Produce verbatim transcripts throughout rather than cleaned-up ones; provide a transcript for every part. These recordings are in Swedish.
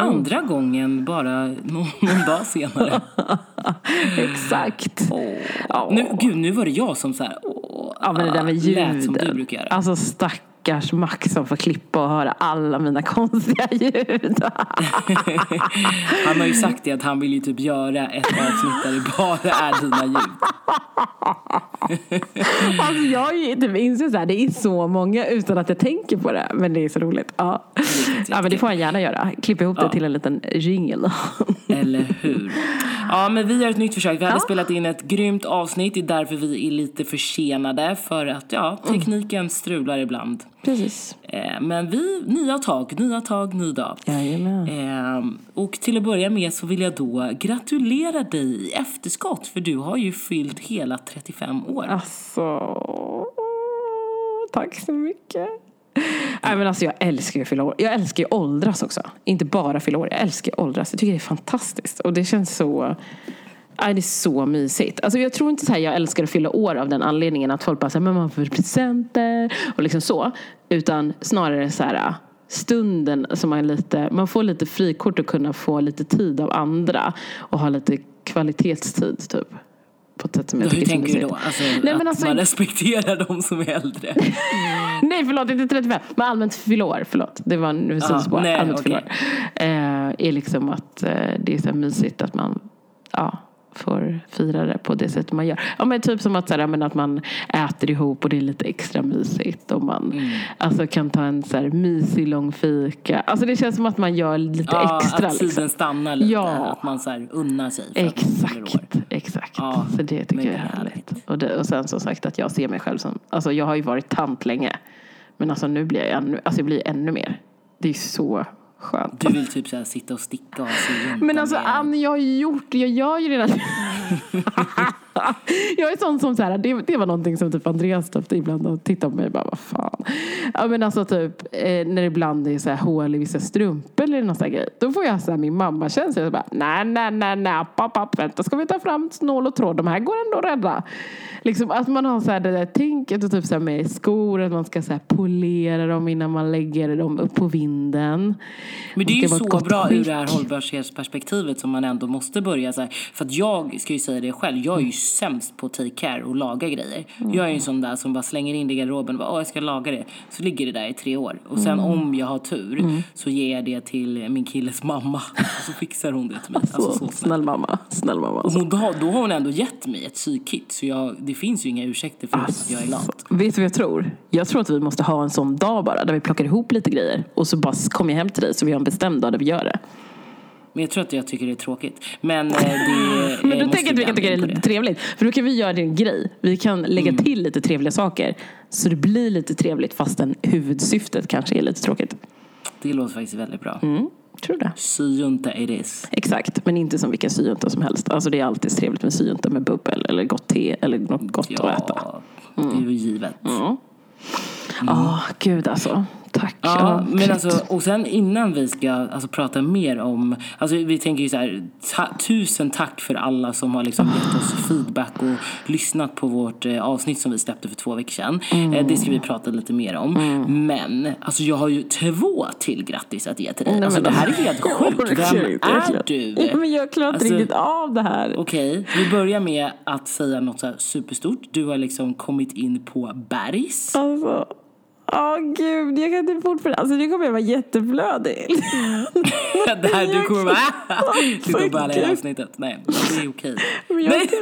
andra gången bara någon, någon dag senare. Exakt. Oh. Oh. Nu, gud, nu var det jag som så här, oh, ja, men det där med ljuden. Lät som du brukar göra. Alltså stackars Max som får klippa och höra alla mina konstiga ljud. Han har ju sagt det att han vill ju typ göra ett avsnitt där det bara är dina ljud. Alltså jag är typ inser så här, det är så många utan att jag tänker på det, men det är så roligt. Ja, ja men det får han gärna göra. Klippa ihop det ja. till en liten jingle. Eller hur? Ja, men vi gör ett nytt försök. Vi hade ja. spelat in ett grymt avsnitt. Det är därför vi är lite försenade. För att ja, tekniken mm. strular ibland. Precis. eh, Men vi, nya tag, nya tag, ny dag. Jajamän. eh, Och till att börja med så vill jag då gratulera dig i efterskott. För du har ju fyllt hela trettiofem år. Alltså, tack så mycket. Nej, men alltså jag älskar ju fylla år. Jag älskar ju åldras också. Inte bara fylla år, jag älskar ju åldras. Jag tycker det är fantastiskt. Och det känns så... Nej, det är så mysigt. Alltså jag tror inte så här, jag älskar att fylla år av den anledningen att folk bara säger, men man får presenter och liksom så. Utan snarare så här stunden som man lite, man får lite frikort och kunna få lite tid av andra och ha lite kvalitetstid typ. På ett sätt som jag hur tänker du då? Alltså, Nej, att men alltså, man respekterar de som är äldre. Nej, förlåt, inte trettiofem. Men allmänt fyllår, förlåt. Det var nu sidospår. Ah, allmänt okay. fyllår. Eh, är liksom att eh, det är så mysigt att man ja, får fira det på det sättet man gör. Ja, men typ som att, så här, men att man äter ihop och det är lite extra mysigt. Och man mm. alltså, kan ta en så här mysig lång fika. Alltså det känns som att man gör lite ja, extra. Att tiden liksom. stannar lite. Ja. Att man så här unnar sig. För exakt, exakt. Ja, så det tycker jag är härligt. härligt. Och, det, och sen så sagt att jag ser mig själv som... Alltså jag har ju varit tant länge. Men alltså nu blir jag ännu, alltså jag blir ännu mer. Det är så... skönt. Du vill typ så här sitta och sticka och se runt. Men alltså Ann, jag har gjort, jag gör ju redan. Jag är sån som så här, det, det var någonting som typ Andreas stöpte ibland och tittade på mig och bara, vad fan. Ja men alltså typ, eh, när det ibland är så här hål i vissa strumpor eller någon sån här grej. Då får jag så här, min mamma känns så bara, nej, nej, nej, nej, pappa, vänta, ska vi ta fram snål och tråd, de här går ändå att rädda. Liksom att man har så här det där tänket och typ så här med skor, att man ska så här polera dem innan man lägger dem upp på vinden. Men det är ju så bra skick. Ur det här hållbarhetsperspektivet som man ändå måste börja så här. För att jag ska ju säga det själv, jag är ju sämst på att take care och laga grejer. Mm. Jag är ju en sån där som bara slänger in det i garderoben och bara, åh jag ska laga det. Så ligger det där i tre år. Och sen mm. om jag har tur mm. så ger jag det till min killes mamma. Och så fixar hon det till mig. Alltså, så snäll mamma, snäll mamma. Och då, då har hon ändå gett mig ett sykit. Så jag, det finns ju inga ursäkter för alltså, att jag är lat. Vet du vad jag tror? Jag tror att vi måste ha en sån dag bara, där vi plockar ihop lite grejer. Och så bara kommer jag hem till dig så vi har en bestämd dag där vi gör det. Men jag tror att jag tycker det är tråkigt. Men eh, det Men du tänker att vi kan tycka det är lite trevligt. För då kan vi göra det en grej. Vi kan lägga mm. till lite trevliga saker. Så det blir lite trevligt fastän huvudsyftet kanske är lite tråkigt. Det låter faktiskt väldigt bra. Mm, tror det. Syjunta it is. Exakt, men inte som vilken syjunta som helst. Alltså det är alltid trevligt med syjunta med bubbel eller gott te eller något gott ja, att äta. Mm. Det är ju givet. Ja, mm. mm. oh, gud alltså. Tack. Ja, men alltså, och sen innan vi ska alltså, prata mer om, alltså vi tänker ju så här, ta, tusen tack för alla som har liksom gett oss feedback och lyssnat på vårt eh, avsnitt som vi släppte för två veckor sedan. Mm. Eh, det ska vi prata lite mer om. Mm. Men, alltså jag har ju två till grattis att ge till dig. Mm, alltså det här är helt sjukt. Vem är du? Ja, men jag klarar inte alltså, riktigt av det här. Okej, okay, vi börjar med att säga något så här superstort. Du har liksom kommit in på Bergs. Alltså... Åh oh, gud, jag kan inte fortfarande. Alltså det kommer jag vara jätteflödig. Det här du kommer vara titta på alla i avsnittet. Nej, det är okej. Men jag Nej.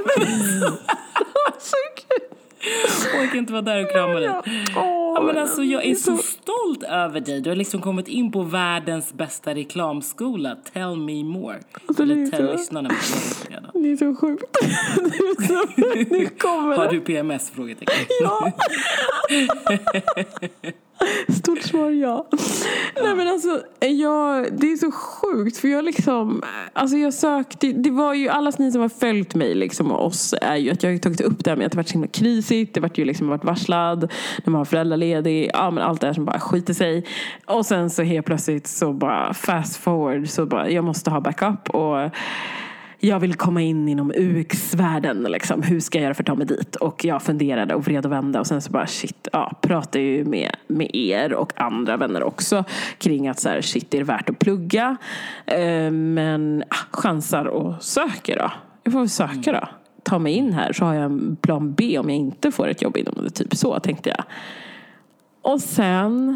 Så kul. Jag kan inte vara där och krama dig. Oh, ja, men alltså, jag är så stolt över dig. Du har liksom kommit in på världens bästa reklamskola. Tell me more. Alltså, Eller tell så... lyssnarna. Det är så sjukt. Det är så... Nu kommer har du P M S? Frågetecken. Ja. Stort svar ja. ja. Nej men alltså jag, det är så sjukt för jag liksom alltså jag sökte, det var ju alla ni som har följt mig liksom och oss är ju att jag har tagit upp det här med att det varit så himla krisigt, det varit ju liksom varit varslad när man var föräldraledig, ja men allt det här som bara skiter sig och sen så helt plötsligt så bara fast forward så bara jag måste ha backup och jag vill komma in inom U X-världen liksom. Hur ska jag göra för att ta mig dit? Och jag funderade och vred och vände. Och sen så bara shit, ja, pratade ju med, med er och andra vänner också kring att så här, shit, är det värt att plugga? Eh, men ah, chansar och söker då. Jag får väl söka då. Ta mig in här så har jag en plan B om jag inte får ett jobb inom det. Typ så tänkte jag. Och sen...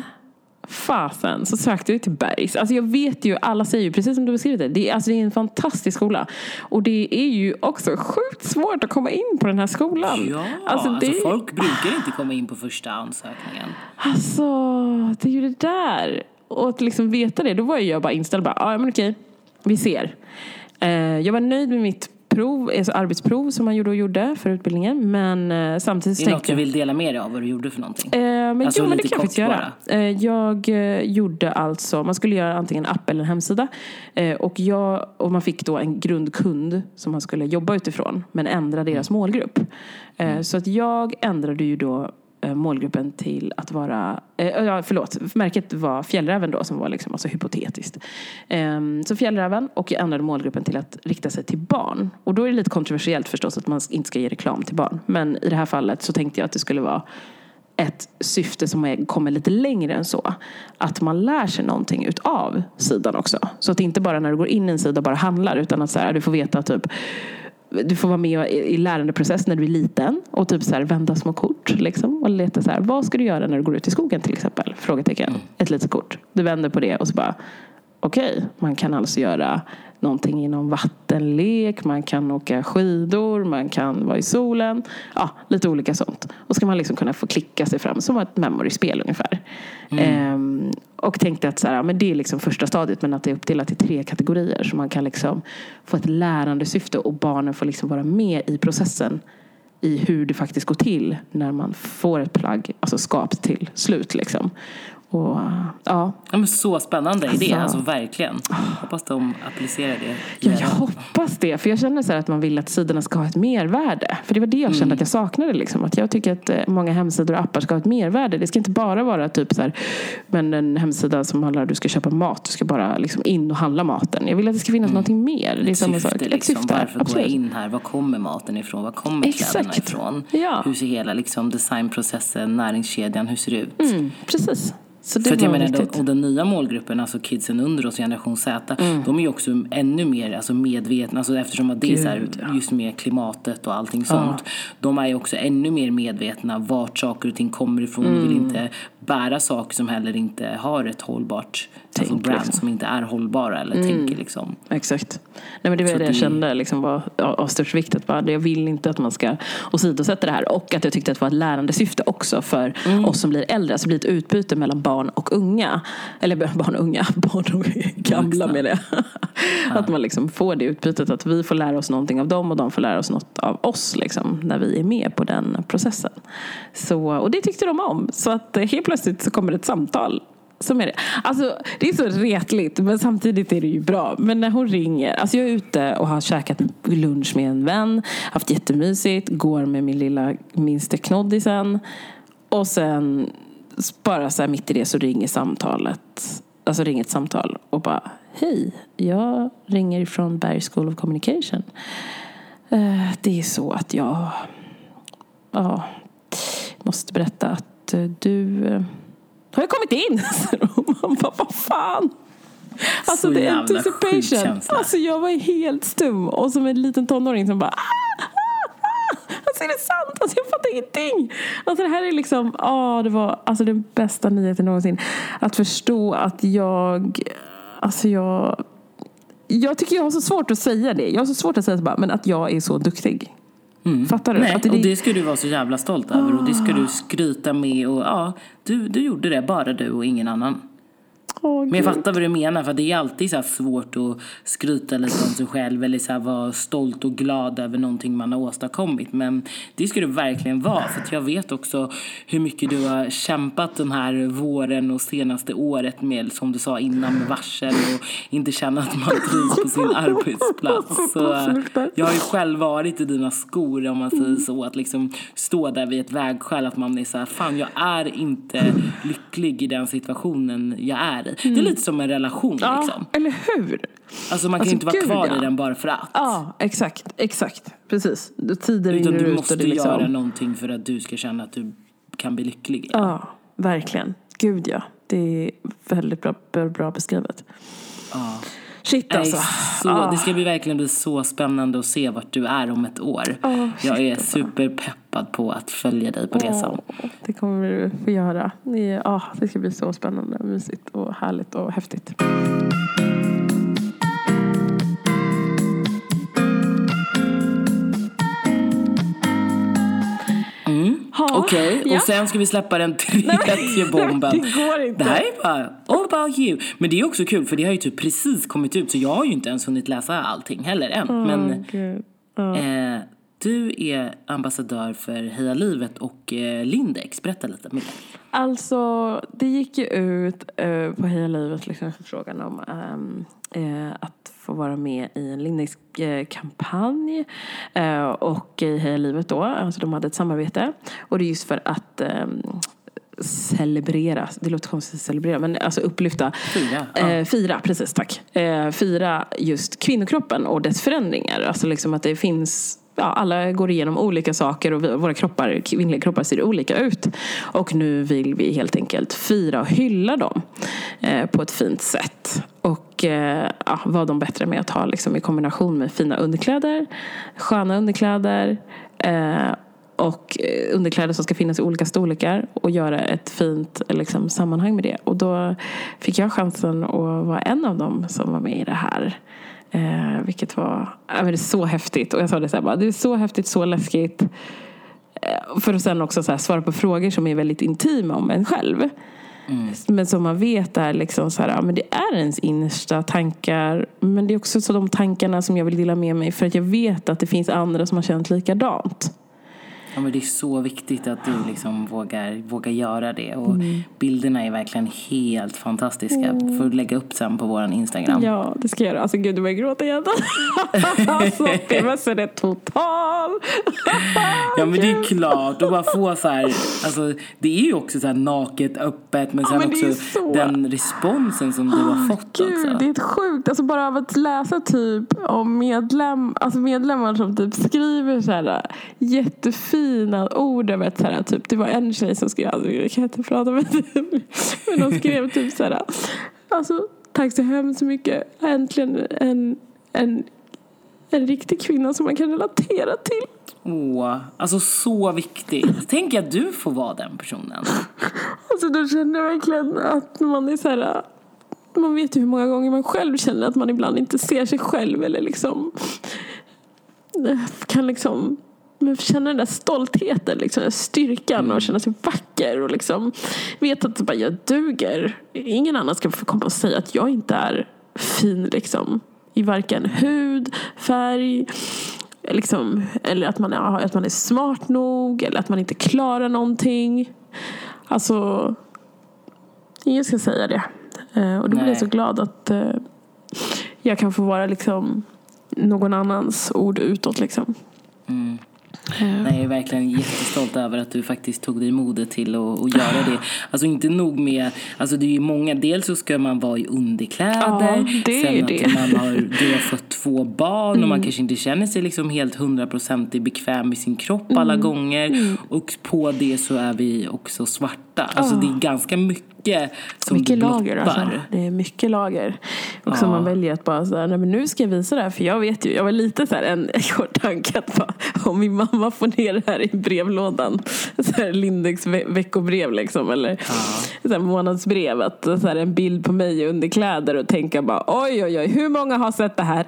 fasen så sökte vi till Bergs. Alltså jag vet ju, alla säger ju precis som du beskrivit det. Det är, alltså det är en fantastisk skola. Och det är ju också sjukt svårt att komma in på den här skolan. Ja, alltså, det... alltså folk brukar inte komma in på första ansökningen. Alltså, det är ju det där. Och att liksom veta det, då var jag bara inställd. Bara, ja men okej, vi ser. Uh, jag var nöjd med mitt prov, alltså arbetsprov som man gjorde och gjorde för utbildningen, men eh, samtidigt det är tänkte något du vill dela med dig av vad du gjorde för någonting. Eh, men alltså, jo, men det kan jag faktiskt göra. Eh, jag eh, gjorde alltså, man skulle göra antingen en app eller en hemsida, eh, och jag och man fick då en grundkund som man skulle jobba utifrån, men ändra deras mm. målgrupp. Eh, mm. Så att jag ändrade ju då målgruppen till att vara, eh, ja, förlåt, märket var Fjällräven då, som var liksom alltså hypotetiskt. Eh, så Fjällräven, och jag ändrade målgruppen till att rikta sig till barn. Och då är det lite kontroversiellt förstås att man inte ska ge reklam till barn. Men i det här fallet så tänkte jag att det skulle vara ett syfte som är, kommer lite längre än så. Att man lär sig någonting utav sidan också. Så att det inte bara när du går in i en sida bara handlar, utan att så här, du får veta typ, du får vara med i lärandeprocess när du är liten och typ så här vända små kort liksom, och leta så här, vad ska du göra när du går ut i skogen till exempel, frågetecken, ett litet kort, du vänder på det och så bara okej, okay, man kan alltså göra någonting inom vattenlek, man kan åka skidor, man kan vara i solen, ja, lite olika sånt. Och ska man liksom kunna få klicka sig fram som ett memory-spel ungefär. Mm. Ehm, och tänkte att så här, men det är liksom första stadiet, men att det är uppdelat i tre kategorier så man kan liksom få ett lärande syfte och barnen får liksom vara med i processen i hur det faktiskt går till när man får ett plagg, alltså skapt till slut liksom. Och, ja. Ja, men så spännande idé, alltså, alltså verkligen. Hoppas de applicerar det. Ja, jag hoppas det, för jag känner så här att man vill att sidorna ska ha ett mervärde. För det var det jag kände mm. att jag saknade liksom. Att jag tycker att många hemsidor och appar ska ha ett mervärde. Det ska inte bara vara typ så här, men en hemsida som handlar om att du ska köpa mat, du ska bara liksom in och handla maten. Jag vill att det ska finnas mm. någonting mer. Det är ett samma syfte, sak. Liksom. Ett syfte. Varför går jag in här? Var kommer maten ifrån? Var kommer Exakt. kläderna ifrån? Ja. Hur ser hela liksom, designprocessen, näringskedjan, hur ser det ut? Mm, precis. Så det för att jag menar, då, och den nya målgruppen, alltså kidsen under oss, generation Z, mm. de är ju också ännu mer alltså medvetna, alltså eftersom att det är så här, just med klimatet och allting sånt. Ja. De är ju också ännu mer medvetna vart saker och ting kommer ifrån och mm. vill inte bära saker som heller inte har ett hållbart tänk, alltså brand liksom. Som inte är hållbara eller mm. tänker liksom. Exakt. Nej, men det var så det jag det... kände liksom var av störst vikt, att bara, jag vill inte att man ska åsidosätta det här, och att jag tyckte att det var ett lärande syfte också för mm. oss som blir äldre, alltså blir ett utbyte mellan barn och unga, eller barn och unga, barn och gamla med det. Ja. Att man liksom får det utbytet, att vi får lära oss någonting av dem och de får lära oss något av oss liksom, när vi är med på den processen. Så, och det tyckte de om, så att helt plötsligt så kommer ett samtal som är det. Alltså, det är så retligt, men samtidigt är det ju bra. Men när hon ringer, alltså jag är ute och har käkat lunch med en vän, haft jättemysigt, går med min lilla minsta knoddisen, och sen bara så här mitt i det så ringer samtalet, alltså ringer ett samtal och bara, hej, jag ringer från Bergs School of Communication. Uh, det är så att jag ja, måste berätta att uh, du uh, har jag kommit in? Och man bara, vad fan? Alltså det är anticipation. Alltså jag var helt stum. Och som en liten tonåring som bara, ah, ah, ah. Alltså är det sant? Alltså jag fattar ingenting. Alltså det här är liksom, ja ah, det var alltså den bästa nyheten någonsin. Att förstå att jag, alltså jag, jag tycker jag har så svårt att säga det. Jag har så svårt att säga bara, men att jag är så duktig. Mm. Fattar du? Nej, att det, och det ska du vara så jävla stolt över. Oh. Och det ska du skryta med. Och ja, du, du gjorde det, bara du och ingen annan. Oh, men jag fattar vad du menar, för det är alltid så här svårt att skryta lite om sig själv eller så här vara stolt och glad över någonting man har åstadkommit. Men det ska du verkligen vara, för att jag vet också hur mycket du har kämpat den här våren och senaste året med, som du sa innan, med varsel och inte känna att man trivs på sin arbetsplats. Så jag har ju själv varit i dina skor, om man säger så, att liksom stå där vid ett vägskäl, att man är så här, fan jag är inte lycklig i den situationen jag är dig. Mm. Det är lite som en relation ja, liksom. Eller hur? Alltså man kan alltså, inte vara gud, kvar ja. i den bara för att. Ja, exakt, exakt. Precis. Tiden Utan du ut måste och det liksom... göra någonting för att du ska känna att du kan bli lycklig igen. Ja, verkligen. Gud ja. Det är väldigt bra, bra beskrivet. Ja. Shit alltså. Så, ah. Det ska bli verkligen bli så spännande att se vart du är om ett år. Oh, jag är superpeppad på att följa dig på resan. Oh, det kommer du få göra. Det, är, ah, det ska bli så spännande, mysigt och härligt och häftigt. Okej, okay. ja. Och sen ska vi släppa den tredje bomben. Det går inte. Det här är bara all about you. Men det är också kul för det har ju typ precis kommit ut. Så jag har ju inte ens hunnit läsa allting heller än. Oh, Men oh. eh, du är ambassadör för Heja Livet och eh, Lindex. Berätta lite mer. Alltså, det gick ju ut eh, på Heja Livet liksom, frågan om eh, att få vara med i en Lindex-kampanj eh, och i Heja Livet då. Alltså de hade ett samarbete. Och det är just för att eh, celebrera, det låter konstigt att celebrera, men alltså upplyfta. Fira. Eh, ja. Fira, precis, tack. Eh, fira just kvinnokroppen och dess förändringar. Alltså liksom att det finns... Ja, alla går igenom olika saker och vi, våra kroppar, kvinnliga kroppar ser olika ut. Och nu vill vi helt enkelt fira och hylla dem eh, på ett fint sätt. Och eh, ja, vad de bättre med att ha liksom, i kombination med fina underkläder, sköna underkläder eh, och underkläder som ska finnas i olika storlekar och göra ett fint liksom, sammanhang med det. Och då fick jag chansen att vara en av dem som var med i det här. Eh, vilket var ja, men det är så häftigt. Och jag sa det så här bara, det är så häftigt, så läskigt. Eh, för att sen också så här, svara på frågor som är väldigt intima om en själv. Mm. Men som man vet är liksom så här, ja, men det är ens innersta tankar. Men det är också så de tankarna som jag vill dela med mig. För att jag vet att det finns andra som har känt likadant. Ja, men det är så viktigt att du liksom vågar, vågar göra det. Och mm. bilderna är verkligen helt fantastiska. Mm. Får du lägga upp sen på våran Instagram. Ja, det ska jag göra. Alltså gud, du börjar gråta igen. Alltså, det var så det total. Ja, men det är klart. Och bara få så här, alltså, det är ju också så här naket, öppet. Men sen ja, men också så... den responsen som du har fått gud, också. Det är ett sjukt. Alltså bara av att läsa typ om medlem, alltså medlemmar som typ skriver så här jättefint fina ord över ett så här, typ, det var en tjej som skrev, alltså, jag kan inte prata med det, men de skrev typ så här, alltså, tack så hemskt mycket, äntligen en, en, en riktig kvinna som man kan relatera till. Åh, alltså så viktigt. Tänk att du får vara den personen. Alltså då känner jag verkligen att man är så här, man vet ju hur många gånger man själv känner att man ibland inte ser sig själv eller liksom kan liksom men känna den där stoltheten, liksom, den styrkan mm. och känna sig vacker och liksom vet att bara, jag duger. Ingen annan ska få komma och säga att jag inte är fin liksom, i varken hud, färg liksom, eller att man, är, att man är smart nog eller att man inte klarar någonting. Alltså ingen ska säga det. Och då blir jag så glad att uh, jag kan få vara liksom någon annans ord utåt liksom. Mm. Nej, jag är verkligen jättestolt över att du faktiskt tog dig modet till att, att göra det. Alltså inte nog med, alltså det är ju många, dels så ska man vara i underkläder. Ja, det sen är att det. Man har, du har fått två barn mm. och man kanske inte känner sig liksom helt hundraprocentigt bekväm i sin kropp alla mm. gånger. Mm. Och på det så är vi också svarta. Alltså oh. det är ganska mycket som mycket du lager alltså. Det är mycket lager. Och ja. som man väljer att bara såhär, nej men nu ska jag visa det här. För jag vet ju, jag var lite såhär en kort tanke att bara, om min mamma får ner det här i brevlådan. Såhär Lindex ve- veckobrev liksom. Eller ja. såhär månadsbrev. Att såhär en bild på mig i underkläder och tänka bara, oj oj oj, hur många har sett det här?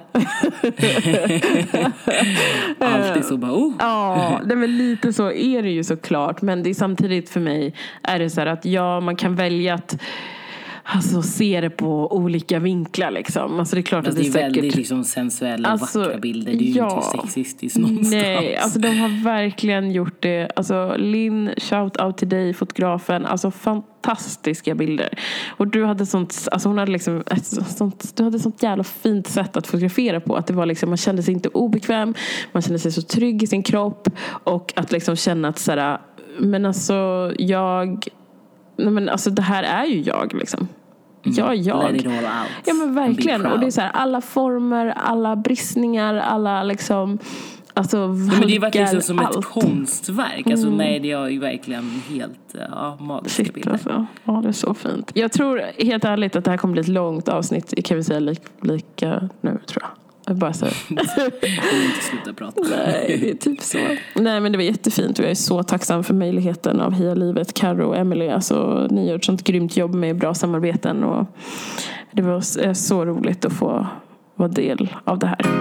Alltid så bara, oh. Ja, det är väl lite så är det ju såklart. Men det är samtidigt för mig är det så här att ja, man kan välja att alltså, se det på olika vinklar liksom. Alltså det är klart alltså, att det är, det är väldigt säkert liksom, sensuella och alltså, vackra bilder. Det är ju ja, inte sexistiskt någonstans. Nej, alltså de har verkligen gjort det. Alltså Linn, shout out till dig, fotografen. Alltså fantastiska bilder. Och du hade sånt, alltså hon hade liksom ett sånt, du hade sånt jävla fint sätt att fotografera på. Att det var liksom, man kände sig inte obekväm. Man kände sig så trygg i sin kropp. Och att liksom känna att såhär, men alltså jag nej men alltså det här är ju jag liksom. Ja, jag. Let it all out. Ja, men verkligen. Och det är så här, alla former, alla bristningar, alla liksom, alltså valkar, ja, men det är verkligen som allt. ett konstverk. Alltså mm. nej, det är ju verkligen helt ja, magiska Shit, bilder. Alltså. Ja, det är så fint. Jag tror helt ärligt att det här kommer bli ett långt avsnitt. Kan vi säga lika, lika nu, tror jag. Jag bara säger. Jag vill inte sluta prata. Nej, det är typ så. Nej, men det var jättefint och jag är så tacksam för möjligheten av Heja Livet, Karo och Emily. Alltså, ni har gjort sånt grymt jobb med bra samarbeten och det var så roligt att få vara del av det här.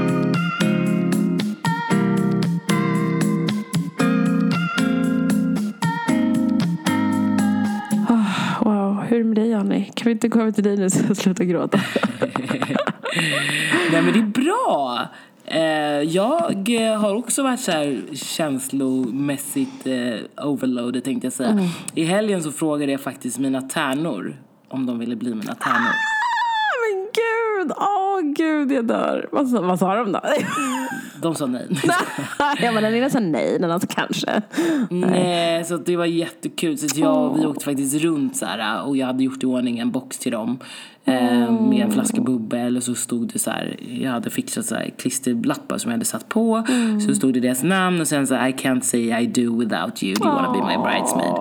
Oh, wow, hur är det med dig, Annie? Kan vi inte komma till dig nu så jag slutar gråta? Nej, men det är bra. Jag har också varit så här känslomässigt overloaded, tänkte jag säga. Mm. I helgen så frågade jag faktiskt mina tärnor om de ville bli mina tärnor. Ah, men gud, åh oh, gud, jag dör. Vad, vad sa de då? De sa nej. Ja, men den ena sa nej, den andra kanske. Nej, nej, så det var jättekul. Så jag, oh. vi åkte faktiskt runt så här, och jag hade gjort i ordning en box till dem. Mm. Med en flaska bubbel och så stod det så här, jag hade fixat så här klisterlappar som jag hade satt på. Mm. Så stod det deras namn och sen så I can't say I do without you. Do you wanna be my bridesmaid?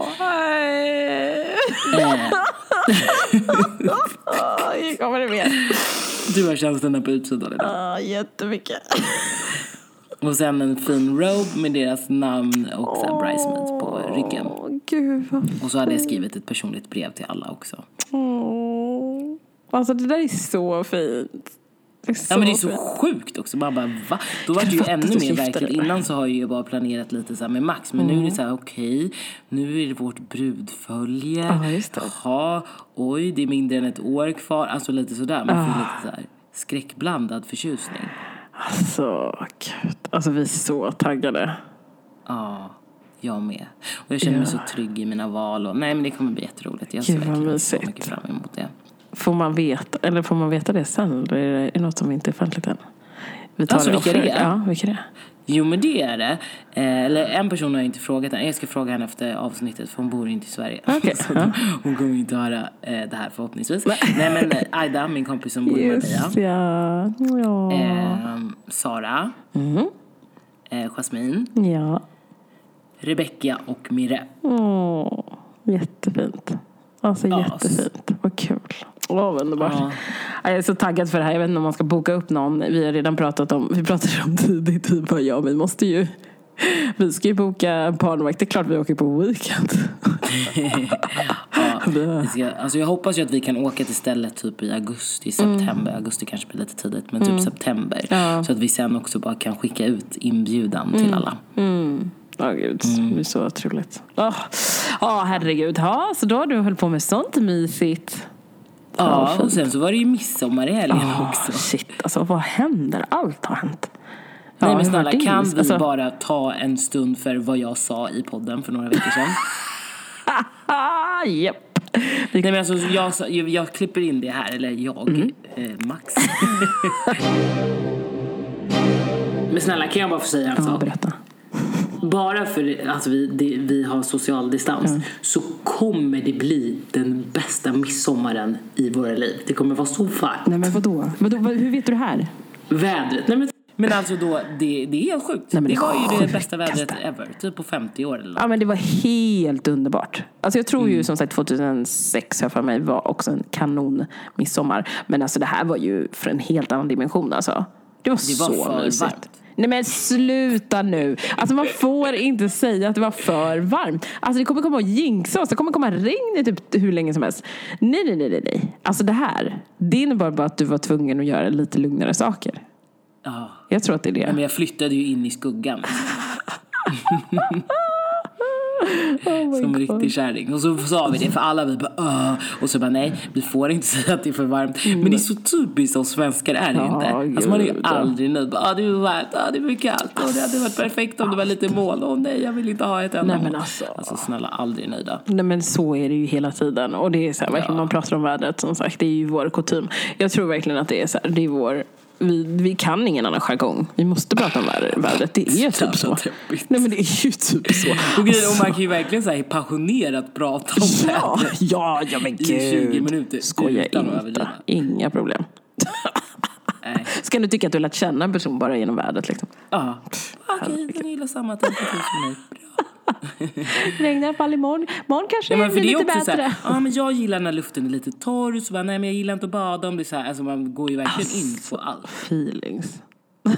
Jag kommer det med. Du har känslan på utsidan idag. Ja, jättemycket. Och sen en fin robe med deras namn och sen bridesmaids på ryggen. Gud, vad och så hade jag skrivit ett personligt brev till alla också. Åh. Alltså det där är så fint. Det är så ja, men det är så fint. Sjukt också. Man bara, va? Då var det ju ännu mer verkligt. Innan så har jag ju bara planerat lite så här med Max. Men mm. nu är det så här, okej. Okay, nu är det vårt brudfölje. Ja, just det. Jaha, oj, det är mindre än ett år kvar. Alltså lite sådär. Man får ah. lite så här skräckblandad förtjusning. Alltså, gud. Alltså vi är så taggade. Ja, jag med. Och jag känner ja. mig så trygg i mina val. Och, nej, men det kommer bli jätteroligt. Jag ser gud, verkligen så mycket fram emot det. Får man veta, eller får man veta det sen? Eller är det något som inte är offentligt än? Vi tar alltså, det vilka det är? Ja, vilka det är? Jo, men det är det. Eh, eller en person har jag inte frågat än. Jag ska fråga henne efter avsnittet, för hon bor inte i Sverige. Okay. Så ja. Hon kommer inte höra eh, det här förhoppningsvis. Nej, men eh, Aida, min kompis som bor i Marbella. Ja. Ja. Eh, Sara. Mm. Eh, Jasmine. Ja. Rebecca och Mirre. Åh, jättefint. Alltså ja, jättefint. Vad kul. Åh, underbart. Ja. Jag är så taggad för det här. Jag vet inte om man ska boka upp någon. Vi har redan pratat om, vi pratade om tidigt typ, ja, vi måste ju, vi ska ju boka barnvakt. Det är klart vi åker på weekend. Ja, vi ska, alltså jag hoppas ju att vi kan åka till stället typ i augusti, september. Mm. Augusti kanske blir lite tidigt, men typ mm. september. Ja. Så att vi sen också bara kan skicka ut inbjudan mm. till alla. Mm. Ja, oh, gud, mm. det är så otroligt. Ja, oh. oh, herregud. Ja, så då har du hållit på med sånt mysigt. Ja, oh, och sen så var det ju midsommar i helgen oh, också. Shit, alltså vad händer? Allt har hänt. Nej, ja, men snälla, kan vi alltså... bara ta en stund för vad jag sa i podden för några veckor sedan? Japp. Nej, men alltså, jag, jag, jag klipper in det här, eller jag, mm. eh, Max. Men snälla, kan jag bara få säga en sak? Ja, berätta. Bara för att vi, det, vi har social distans mm. så kommer det bli den bästa midsommaren i våra liv. Det kommer vara så fart. Nej, men vadå? vadå? Hur vet du det här? Vädret. Nej, men, men alltså då, det, det är helt sjukt. Nej, det, det var ju det bästa vädret ever. Typ på femtio år eller något. Ja, men det var helt underbart. Alltså jag tror mm. ju som sagt tjugohundrasex för mig var också en kanon midsommar. Men alltså det här var ju för en helt annan dimension alltså. Det var, det var så mysigt. Varmt. Nej, men sluta nu. Alltså man får inte säga att det var för varmt. Alltså det kommer komma och jinxa oss. Det kommer komma regn i typ hur länge som helst. Nej, nej, nej, nej. Alltså det här, det innebar bara att du var tvungen att göra lite lugnare saker. Ja. Jag tror att det är det. Ja, men jag flyttade ju in i skuggan. Oh som riktig kärring. Och så sa vi det för alla, vi bara Åh. Och så bara nej, vi får inte säga att det är för varmt. mm. Men det är så typiskt som svenskar är det ja, inte. Alltså man är ju aldrig nöjd. Ja, det är varmt, ja, det är kallt. Och det hade varit perfekt om det var lite moln. Åh nej, jag vill inte ha ett enda. Nej, men alltså. alltså snälla, aldrig nöjda. Nej, men så är det ju hela tiden. Och det är så här, verkligen, ja. Man pratar om vädret som sagt, det är ju vår kutym. Jag tror verkligen att det är så här, det är vår vi, vi kan ingen annan jargong. Vi måste prata om vädret. Det är typ så. Nej, men det är ju typ så. Och, grejen, och man kan ju verkligen så här passionerat prata om ja, vädret. Ja, ja men gud. I tjugo minuter. Skoja inte. Inga problem. Nej. Ska du tycka att du lärt känna en person bara genom vädret liksom? Ja. Okej, okay, den gillar samma temperatur som mig. Regnar i alla fall imorgon. Imorgon kanske ja, det blir lite bättre. Så här, ja, men jag gillar när luften är lite torr. Så bara, nej, men jag gillar inte att bada om det är så här. Alltså man går ju verkligen in på allt. Feelings. Ja.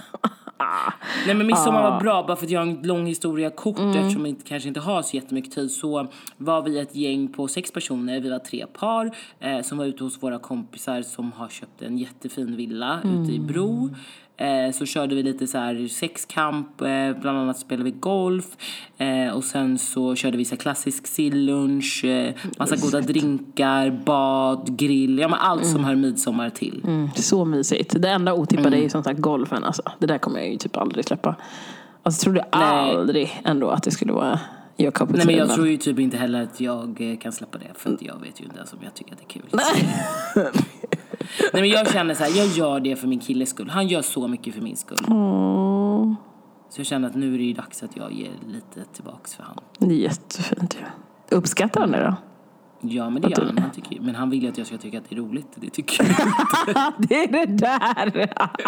Nej, men midsommar var bra. Bara för att jag har en lång historia kort. Mm. Eftersom vi kanske inte har så jättemycket tid. Så var vi ett gäng på sex personer. Vi var tre par. Eh, som var ute hos våra kompisar. Som har köpt en jättefin villa mm. ute i Bro. Eh, så körde vi lite så här sexkamp, eh, bland annat spelade vi golf, eh, och sen så körde vi så här klassisk sillunch, eh, massa goda drinkar, bad, grill, ja men allt mm. som hör midsommar till. Mm. Så mysigt. Det enda otippade mm. är ju som sagt golfen, alltså. Det där kommer jag ju typ aldrig släppa. Alltså tror du aldrig ändå att det skulle vara jag kaput. Nej, men jag tror ju typ inte heller att jag kan släppa det, för att jag vet ju inte ens om jag tycker att det är kul. Nej. Nej, men jag känner så här, jag gör det för min killes skull. Han gör så mycket för min skull. Mm. Så jag känner att nu är det ju dags att jag ger lite tillbaks för han. Det är jättefint ju. Uppskattar han det då? Ja, men det gör han. han tycker, men han vill att jag ska tycka att det är roligt. Det tycker jag inte. Det är det där.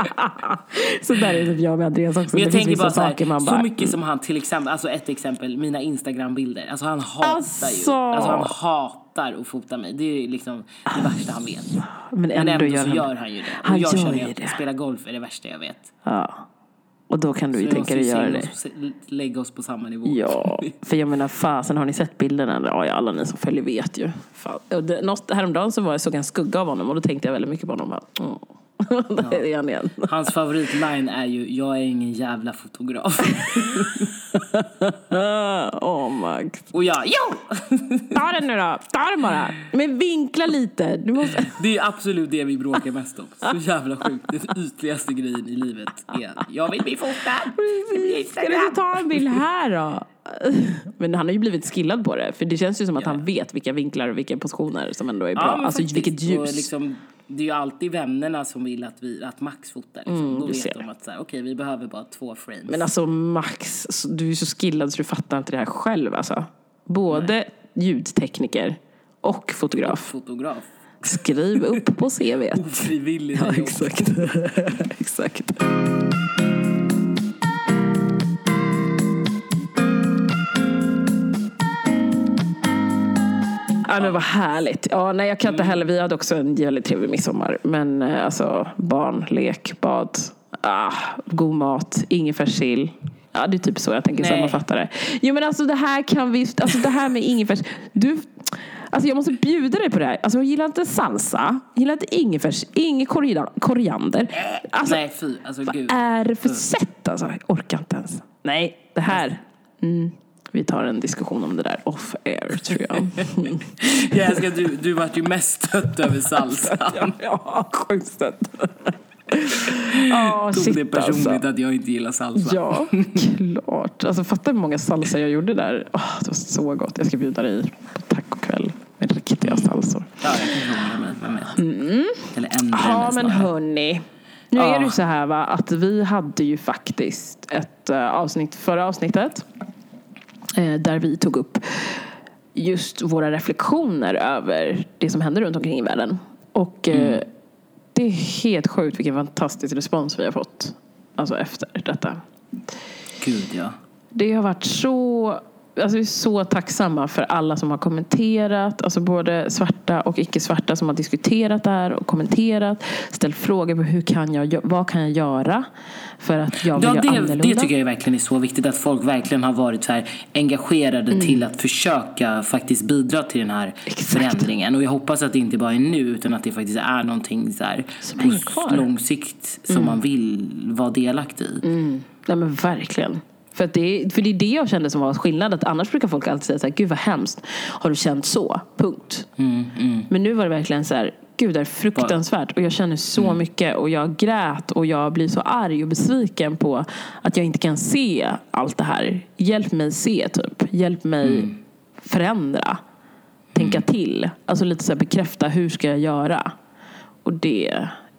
Så där är det jag med Andreas också. Men jag det tänker bara så här, man bara, så mycket som han till exempel, alltså ett exempel, mina Instagram-bilder. Alltså han hatar alltså. ju. Alltså han hatar att fota mig. Det är liksom det värsta han vet. Men ändå, men ändå gör, så han, gör han ju det. Och han jag gör känner ju att det. spela golf är det värsta jag vet. Ja. Och då kan du ju tänka dig göra det. Lägga oss på samma nivå. Ja, för jag menar, fasen, har ni sett bilderna? Ja, alla ni som följer vet ju. Fan. Och det, något, häromdagen så var jag såg en skugga av honom och då tänkte jag väldigt mycket på honom. Mm. Det är han igen. Hans favoritline är ju, jag är ingen jävla fotograf. Åh, oh, Max. Och jag, jo! Ta den nu då, ta den bara. Men vinkla lite. Du måste... Det är absolut det vi bråkar mest om. Så jävla sjukt. Den ytligaste grejen i livet är, jag vill bli fotad. Ska du inte ta en bild här då? Men han har ju blivit skillad på det. För det känns ju som att ja. han vet vilka vinklar och vilka positioner som ändå är bra. Ja, alltså faktiskt, vilket ljus. Liksom, det är ju alltid vännerna som vill att, vi, att Max fotar. Liksom. Mm, Då vet ser. de att så här, okej, vi behöver bara två frames. Men alltså Max, du är så skillad så du fattar inte det här själv. Alltså. Både Nej. ljudtekniker och fotograf. Och fotograf. Skriv upp på C V. Ofrivilligt. Ja, exakt. Exakt. Ja, men vad härligt. Ja, nej, jag kan inte heller. Vi hade också en väldigt trevlig midsommar. Men alltså, barn, lek, bad, ah, god mat, ingefärssill. Ja, det är typ så jag tänker sammanfatta det. Jo, men alltså det här kan vi... Alltså det här med ingefärs... Du... Alltså jag måste bjuda dig på det här. Alltså jag gillar inte salsa. Jag gillar inte ingefärs... Ingen koriander. Alltså, nej, fy. Alltså, vad gud. är det för sätt? Alltså, jag orkar inte ens. Nej, det här... Mm. Vi tar en diskussion om det där off air, tror jag. Jag älskar, du, du vart ju mest stött över salsan. Ja, sjukt stött. Oh, Tog shit, det personligt alltså. Att jag inte gillar salsa. Ja, klart. Alltså fatta hur många salsa jag gjorde där. Oh, det var så gott. Jag ska bjuda dig på tacokväll med riktiga salsor. Ja, jag kan med, med, med. Mm. Eller ändra Ja, men hörni. Nu oh. är det så här va, att vi hade ju faktiskt ett uh, avsnitt, förra avsnittet. Där vi tog upp just våra reflektioner över det som händer runt omkring i världen. Och mm. det är helt sjukt vilken fantastisk respons vi har fått. Alltså efter detta. Gud, ja. Det har varit så... Alltså vi är så tacksamma för alla som har kommenterat. Alltså både svarta och icke-svarta som har diskuterat där och kommenterat. Ställt frågor på hur kan jag, vad kan jag göra för att jag vill ja, göra det, annorlunda. Det tycker jag verkligen är så viktigt. Att folk verkligen har varit så här engagerade mm. till att försöka faktiskt bidra till den här Exakt. förändringen. Och jag hoppas att det inte bara är nu utan att det faktiskt är någonting så här på lång sikt som mm. man vill vara delaktig i. Mm. Nej men verkligen. För, att det, för det är det jag kände som var skillnad. Att annars brukar folk alltid säga så här, gud vad hemskt. Har du känt så? Punkt. Mm, mm. Men nu var det verkligen så här, gud det är fruktansvärt. Och jag känner så mm. mycket. Och jag grät. Och jag blir så arg och besviken på att jag inte kan se allt det här. Hjälp mig se typ. Hjälp mig mm. förändra. Tänka mm. till. Alltså lite så här bekräfta, hur ska jag göra? Och det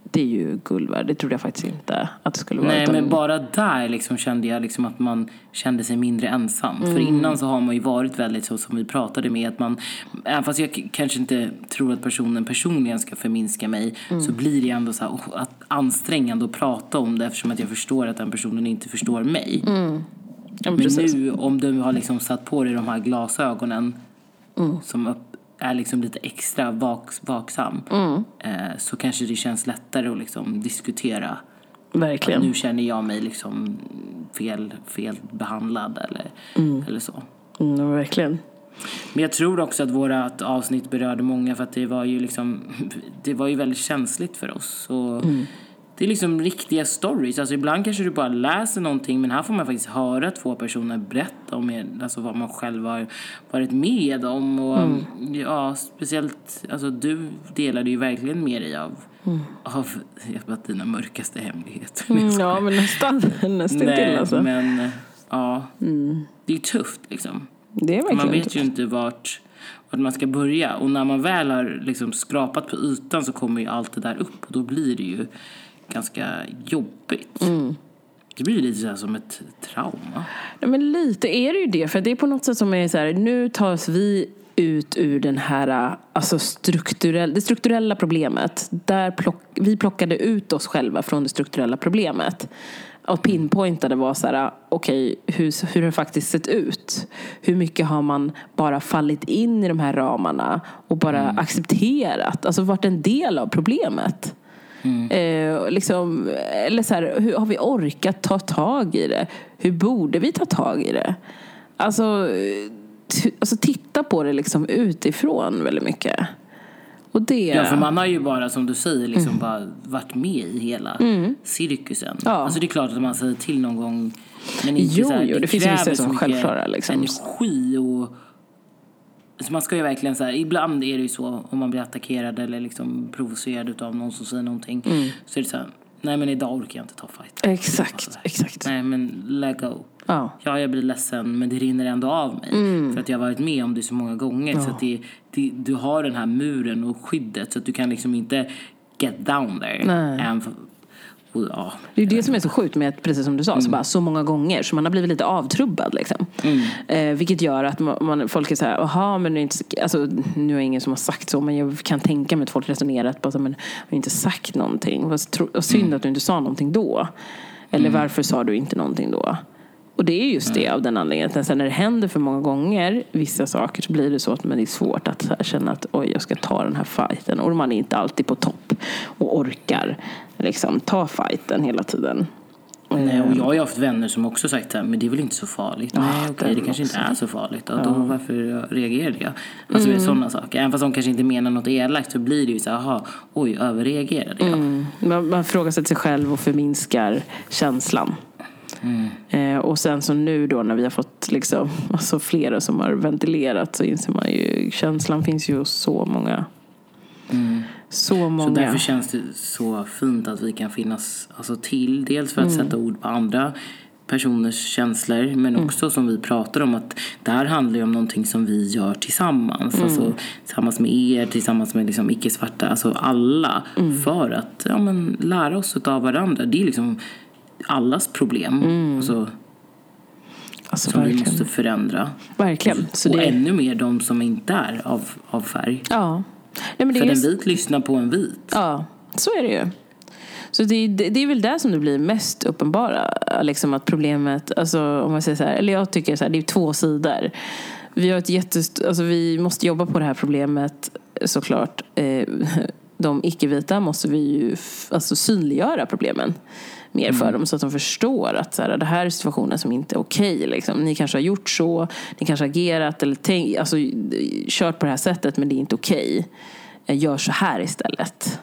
det är ju guld värd. Det trodde jag faktiskt inte att det skulle vara. Nej, utan... men bara där liksom kände jag liksom att man kände sig mindre ensam. Mm. För innan så har man ju varit väldigt så som vi pratade med. Att man, även fast jag k- kanske inte tror att personen personligen ska förminska mig. Mm. Så blir det ändå så här, oh, att ansträngande att prata om det. Eftersom att jag förstår att den personen inte förstår mig. Mm. Ja, men men nu om du har liksom satt på dig de här glasögonen. Mm. Som upp, är liksom lite extra vaks, vaksam. Mm. Eh, så kanske det känns lättare att liksom diskutera. Verkligen. Nu känner jag mig liksom fel, fel behandlad eller, mm. eller så. Mm, verkligen. Men jag tror också att vårat avsnitt berörde många för att det var ju liksom det var ju väldigt känsligt för oss. Och mm. det är liksom riktiga stories. Alltså ibland kanske du bara läser någonting, men här får man faktiskt höra två personer berätta om er, alltså vad man själv har varit med om. Och mm. ja, speciellt, alltså du delade ju verkligen med dig av Mm. av jag dina mörkaste hemligheter. Mm, ja, men nästan, nästan Nej, till alltså. Men ja, mm. det är tufft liksom. Det är verkligen man vet tufft. ju inte vart, vart man ska börja. Och när man väl har liksom skrapat på ytan så kommer ju allt det där upp. Och då blir det ju ganska jobbigt. Mm. Det blir lite så här som ett trauma. Ja, men lite är det ju det. För det är på något sätt som är så här, nu tas vi ut ur den här, alltså strukturell, det strukturella problemet. Där plock, vi plockade ut oss själva från det strukturella problemet. Och pinpointade var så här, okej, okay, hur, hur har det faktiskt sett ut? Hur mycket har man bara fallit in i de här ramarna och bara mm. accepterat? Alltså varit en del av problemet. Mm. Eh, liksom, eller så här, hur har vi orkat ta tag i det? Hur borde vi ta tag i det? Alltså... Alltså titta på det liksom utifrån väldigt mycket. Och det... Ja, för man har ju bara, som du säger, liksom mm. bara varit med i hela mm. cirkusen. Ja. Alltså det är klart att man säger till någon gång. Men inte jo, så här, jo, det, det finns ju vissa som självklara liksom. Energi och... Alltså man ska ju verkligen så här, ibland är det ju så om man blir attackerad eller liksom provocerad av någon som säger någonting. Mm. Så är det så här, nej men idag orkar jag inte ta fight. Exakt, exakt. Nej men let go. Ja. ja, jag blir ledsen, men det rinner ändå av mig. Mm. För att jag har varit med om det så många gånger. Ja. Så att det, det, du har den här muren och skyddet. Så att du kan liksom inte get down there. Nej. For, och, ja. Det är det som är så sjukt med att, precis som du sa, mm. så, bara, så många gånger. Så man har blivit lite avtrubbad. Liksom. Mm. Eh, vilket gör att man, man, folk är så här, aha, men det är inte, alltså, nu är ingen som har sagt så. Men jag kan tänka mig att folk resonerar på att man har inte sagt någonting. Vad synd mm. att du inte sa någonting då. Eller mm. varför sa du inte någonting då? Och det är just det, av den anledningen att när det händer för många gånger vissa saker, så blir det så att man är svårt att känna att oj, jag ska ta den här fighten. Och man är inte alltid på topp och orkar liksom ta fighten hela tiden. Nej, och jag har ju haft vänner som också sagt att men det är väl inte så farligt. Nej, okej, okay, det kanske inte är så farligt. Och ja. Då varför reagerade jag? Alltså mm. sådana saker. Även fast de kanske inte menar något elakt, så blir det ju så här, aha, oj, överreagerade jag. Mm. Man, man frågar sig sig själv och förminskar känslan. Mm. Eh, och sen så nu då när vi har fått liksom, alltså flera som har ventilerat, så inser man ju, känslan finns ju hos så många. Mm. Så många. Så därför känns det så fint att vi kan finnas alltså, till. Dels för att mm. sätta ord på andra personers känslor, men också mm. som vi pratar om, att det här handlar ju om någonting som vi gör tillsammans. Mm. Alltså tillsammans med er, tillsammans med liksom icke-svarta, alltså alla. Mm. För att ja, men, lära oss av varandra. Det är liksom allas problem. Mm. Alltså, alltså, som verkligen. Vi måste förändra. Verkligen. Så och det... ännu mer de som inte är av, av färg. Ja. Nej, men det för är... en vit lyssnar på en vit. Ja, så är det ju. Så det, det, det är väl där som det blir mest uppenbara. Liksom att problemet, alltså om man säger så här, eller jag tycker så här, det är två sidor. Vi har ett jättest, alltså vi måste jobba på det här problemet såklart. Eh, de icke-vita måste vi ju alltså synliggöra problemen mer för mm. dem, så att de förstår att så här, det här är situationen som inte är okej. Liksom. Ni kanske har gjort så, ni kanske har agerat eller tänkt, alltså, kört på det här sättet, men det är inte okej. Gör så här istället.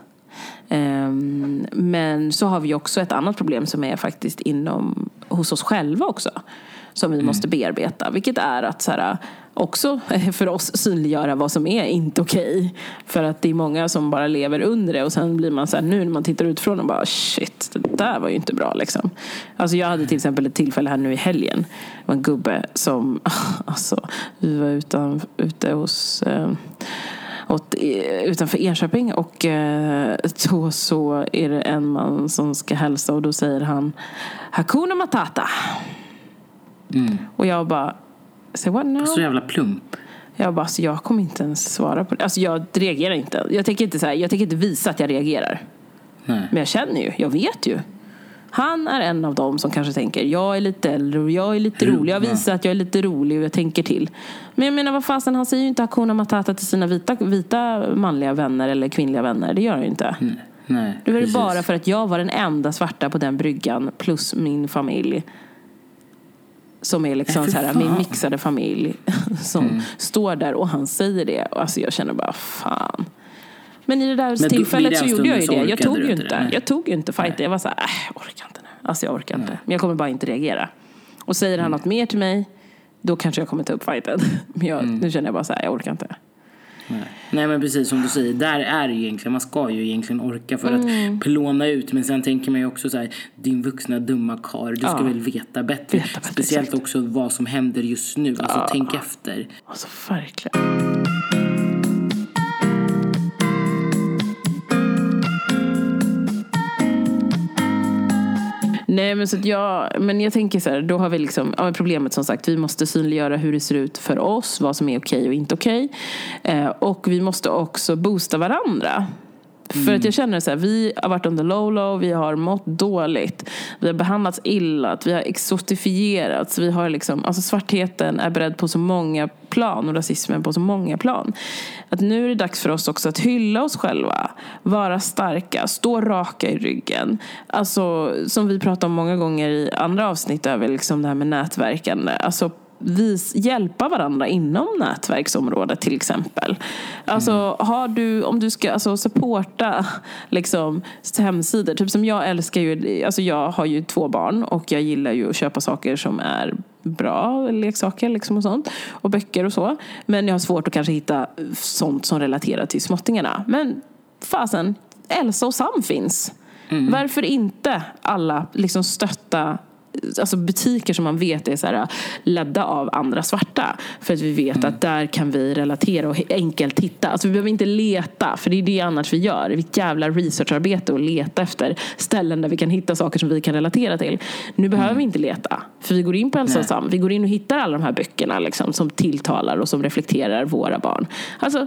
Um, men så har vi också ett annat problem som är faktiskt inom hos oss själva också, som vi mm. måste bearbeta, vilket är att så här, också för oss synliggöra vad som är inte okej, för att det är många som bara lever under det, och sen blir man så här, nu när man tittar utifrån och bara shit, det där var ju inte bra liksom. Alltså jag hade till exempel ett tillfälle här nu i helgen, det var en gubbe som alltså, vi var utan, ute hos eh, åt, utanför Enköping. Och eh, då så är det en man som ska hälsa. Och då säger han Hakuna Matata. Mm. Och jag bara, say what now? Så jävla plump. Jag bara, så jag kommer inte ens svara på det. Alltså jag reagerar inte. Jag tänker inte, så här, jag tänker inte visa att jag reagerar. Nej. Men jag känner ju, jag vet ju. Han är en av dem som kanske tänker, jag är lite äldre och jag är lite Hur? rolig. Jag visar att jag är lite rolig och jag tänker till. Men jag menar, vad fasen, han säger ju inte Hakuna Matata till sina vita, vita manliga vänner eller kvinnliga vänner. Det gör han ju inte. Mm. Nej, det var ju precis. bara för att jag var den enda svarta på den bryggan plus min familj. Som är liksom så här, min mixade familj som mm. står där och han säger det. Alltså jag känner bara, fan. Men i det där Men tillfället så gjorde jag ju det. Jag tog ju inte. Det. Jag tog ju inte fighten. Jag var så här, äh, jag orkar inte nu. Alltså jag orkar Nej. inte. Men jag kommer bara inte reagera. Och säger han mm. något mer till mig, då kanske jag kommer ta upp fighten. Men jag, mm. nu känner jag bara så här, jag orkar inte. Nej. Nej men precis som du säger, där är det egentligen, man ska ju egentligen orka för mm. att plåna ut, men sen tänker man ju också så här, din vuxna dumma karl, du ska ja. väl veta bättre, veta bättre speciellt exakt. Också vad som händer just nu, alltså ja. tänk efter. Alltså verkligen. Nej, men så att jag, men jag tänker så här, då har vi liksom, ja, problemet som sagt, vi måste synliggöra hur det ser ut för oss, vad som är okej och inte okej. Eh, och vi måste också boosta varandra. Mm. För att jag känner så här, vi har varit under low low, vi har mått dåligt, vi har behandlats illa, vi har exotifierats, vi har liksom, alltså svartheten är beredd på så många plan och rasismen på så många plan. Att nu är det dags för oss också att hylla oss själva, vara starka, stå raka i ryggen. Alltså som vi pratar om många gånger i andra avsnitt över liksom det här med nätverkande, alltså vis, hjälpa varandra inom nätverksområdet till exempel. Alltså mm. har du, om du ska alltså supporta liksom hemsidor, typ som jag älskar ju, alltså jag har ju två barn och jag gillar ju att köpa saker som är bra, leksaker liksom och sånt, och böcker och så, men jag har svårt att kanske hitta sånt som relaterar till småttingarna. Men fasen, Elsa och Sam finns. Mm. Varför inte alla liksom stötta alltså butiker som man vet är så här ledda av andra svarta, för att vi vet mm. att där kan vi relatera och enkelt hitta. Alltså vi behöver inte leta, för det är det annars vi gör. Vi jävla researcharbete och leta efter ställen där vi kan hitta saker som vi kan relatera till. Nu behöver mm. vi inte leta, för vi går in på Elsa och Sam. Vi går in och hittar alla de här böckerna liksom, som tilltalar och som reflekterar våra barn. Alltså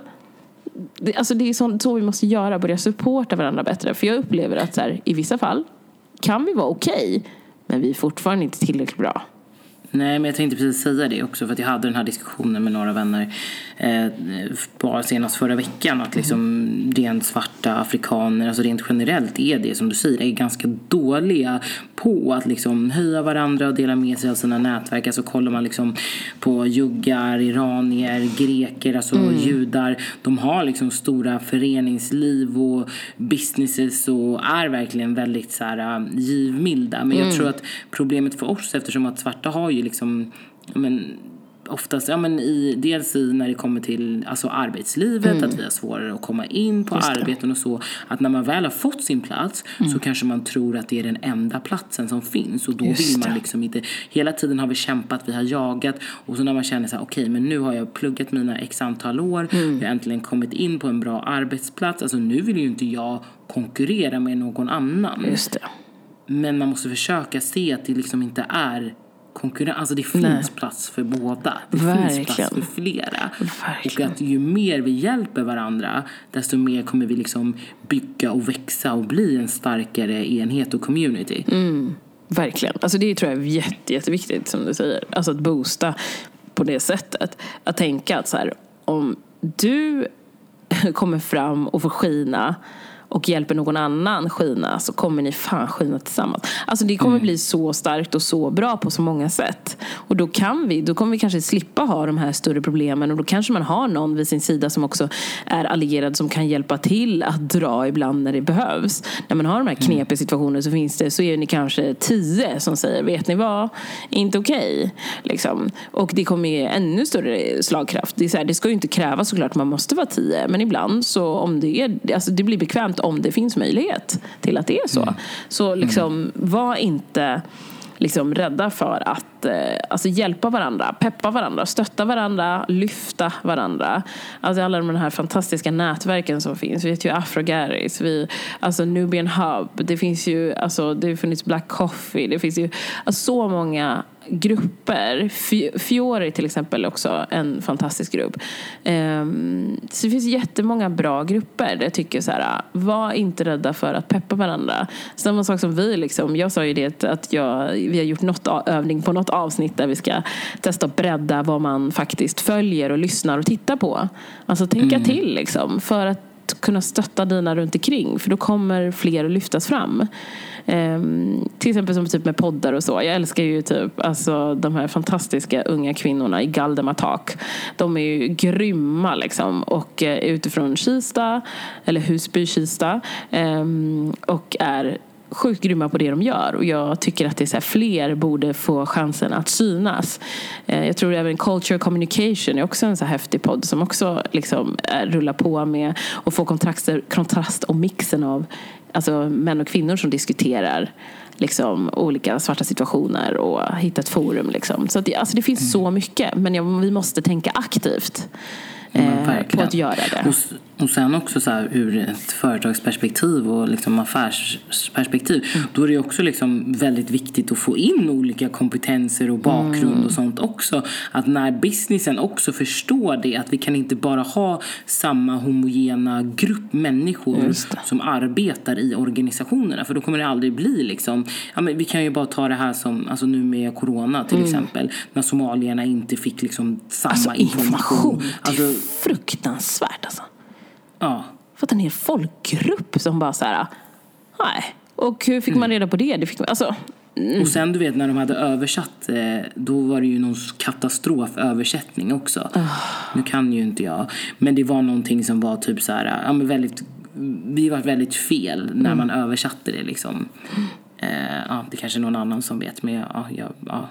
det, alltså det är så, så vi måste göra, börja supporta varandra bättre. För jag upplever att så här, i vissa fall kan vi vara okej, men vi är fortfarande inte tillräckligt bra. Nej, men jag tänkte precis säga det också, för att jag hade den här diskussionen med några vänner eh, bara senast förra veckan, att liksom mm. rent svarta afrikaner, alltså rent generellt är det som du säger, är ganska dåliga på att liksom höja varandra och dela med sig av sina nätverk. Alltså kollar man liksom på juggar, iranier, greker, alltså mm. judar, de har liksom stora föreningsliv och businesses och är verkligen väldigt så här givmilda. Men mm. jag tror att problemet för oss, eftersom att svarta har ju liksom, men oftast, ja men i, dels i när det kommer till alltså arbetslivet, mm. att vi har svårare att komma in på arbeten och så, att när man väl har fått sin plats mm. så kanske man tror att det är den enda platsen som finns, och då Just vill man liksom inte, hela tiden har vi kämpat, vi har jagat, och så när man känner så här, okej, okay, men nu har jag pluggat mina x antal år, mm. jag har äntligen kommit in på en bra arbetsplats, alltså nu vill ju inte jag konkurrera med någon annan. Just det. Men man måste försöka se att det liksom inte är konkurrens, alltså det finns Nej. plats för båda. Det Verkligen. finns plats för flera. Verkligen. Och att ju mer vi hjälper varandra, desto mer kommer vi liksom bygga och växa och bli en starkare enhet och community. Mm. Verkligen. Alltså det tror jag är jätte, jätteviktigt som du säger. Alltså att boosta på det sättet. Att tänka att så här, om du kommer fram och får skina och hjälper någon annan skina, så kommer ni fan skina tillsammans. Alltså det kommer mm. bli så starkt och så bra på så många sätt. Och då kan vi, då kommer vi kanske slippa ha de här större problemen, och då kanske man har någon vid sin sida som också är allierad, som kan hjälpa till att dra ibland när det behövs. När man har de här knepiga situationer, så finns det, så är ni kanske tio som säger, vet ni vad, inte okej okay. liksom. Och det kommer ge ännu större slagkraft. Det är så här, det ska ju inte kräva såklart man måste vara tio, men ibland så om det är, alltså det blir bekvämt om det finns möjlighet till att det är så. Mm. Så liksom, var inte liksom rädda för att eh, alltså hjälpa varandra, peppa varandra, stötta varandra, lyfta varandra. Alltså alla de här fantastiska nätverken som finns. Vi vet ju Afrogaris, vi, alltså Nubian Hub, det finns ju, alltså det har funnits Black Coffee, det finns ju alltså, så många grupper. Fiori till exempel också en fantastisk grupp. Um, så det finns jättemånga bra grupper där jag tycker så här, var inte rädda för att peppa varandra. Samma sak som vi liksom, jag sa ju det att jag, vi har gjort något övning på något avsnitt där vi ska testa att bredda vad man faktiskt följer och lyssnar och tittar på. Alltså tänka mm. till liksom, för att kunna stötta dina runt omkring, för då kommer fler att lyftas fram. Um, till exempel som typ med poddar och så. Jag älskar ju typ alltså, de här fantastiska unga kvinnorna i Galdematak. De är ju grymma liksom, och uh, utifrån Kista eller Husby Kista um, och är sjukt grymma på det de gör, och jag tycker att det är så här, fler borde få chansen att synas. Eh, jag tror även Culture Communication är också en så här häftig podd som också liksom är, rullar på med och får kontrast, kontrast och mixen av alltså män och kvinnor som diskuterar liksom olika svarta situationer och hitta ett forum liksom. Så att det, alltså det finns mm. så mycket, men jag, vi måste tänka aktivt eh, på att göra det. Och, och sen också så här, ur ett företagsperspektiv och liksom affärsperspektiv, mm. då är det också liksom väldigt viktigt att få in olika kompetenser och bakgrund mm. och sånt också. Att när businessen också förstår det, att vi kan inte bara ha samma homogena grupp människor som arbetar i organisationerna, för då kommer det aldrig bli liksom, ja, men vi kan ju bara ta det här som alltså nu med corona till mm. exempel, när somalierna inte fick liksom samma alltså, information. Alltså, det är fruktansvärt alltså. Ja. För att en hel folkgrupp som bara så här, nej. Och hur fick man reda på det? Det fick man, alltså, mm. Och sen du vet när de hade översatt, då var det ju någon katastroföversättning också. Oh. Nu kan ju inte jag, men det var någonting som var typ så här, ja men väldigt, vi var väldigt fel när mm. man översatte det liksom. Mm. Eh, ja, det kanske är någon annan som vet, men ja, ja, ja.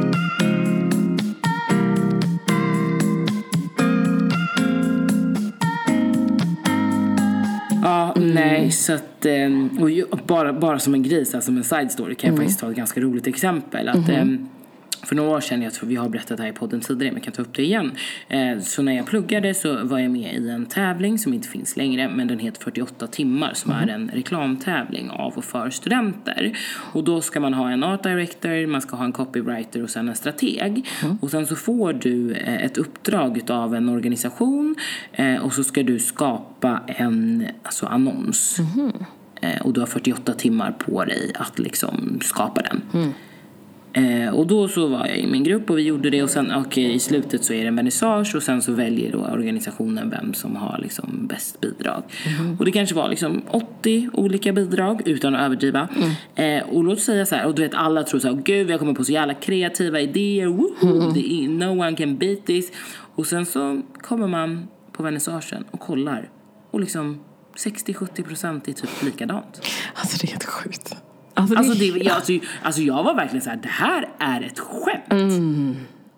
Ja, mm. nej, så att och bara, bara som en gris, alltså som en side story kan jag mm. faktiskt ta ett ganska roligt exempel att mm. för några år sedan, jag tror vi har berättat det här i podden tidigare, men jag kan ta upp det igen. Så när jag pluggade så var jag med i en tävling som inte finns längre, men den heter fyrtioåtta timmar, som mm. är en reklamtävling av och för studenter. Och då ska man ha en art director, man ska ha en copywriter och sen en strateg. Mm. Och sen så får du ett uppdrag av en organisation och så ska du skapa en alltså annons. Mm. Och du har fyrtioåtta timmar på dig att liksom skapa den. Mm. Eh, och då så var jag i min grupp och vi gjorde det, och sen okay, i slutet så är det en vernissage och sen så väljer då organisationen vem som har liksom bäst bidrag. Mm. Och det kanske var liksom åttio olika bidrag utan att överdriva. Mm. Eh, och låt säga så här, och du vet alla tror så här, gud vi har kommit på så jävla kreativa idéer, woohoo, mm. no one can beat this. Och sen så kommer man på vernissagen och kollar och liksom sextio till sjuttio procent är typ likadant. Alltså det är helt sjukt. Alltså, alltså, det, jag, alltså, alltså jag var verkligen så här, det här är ett skämt. Mm.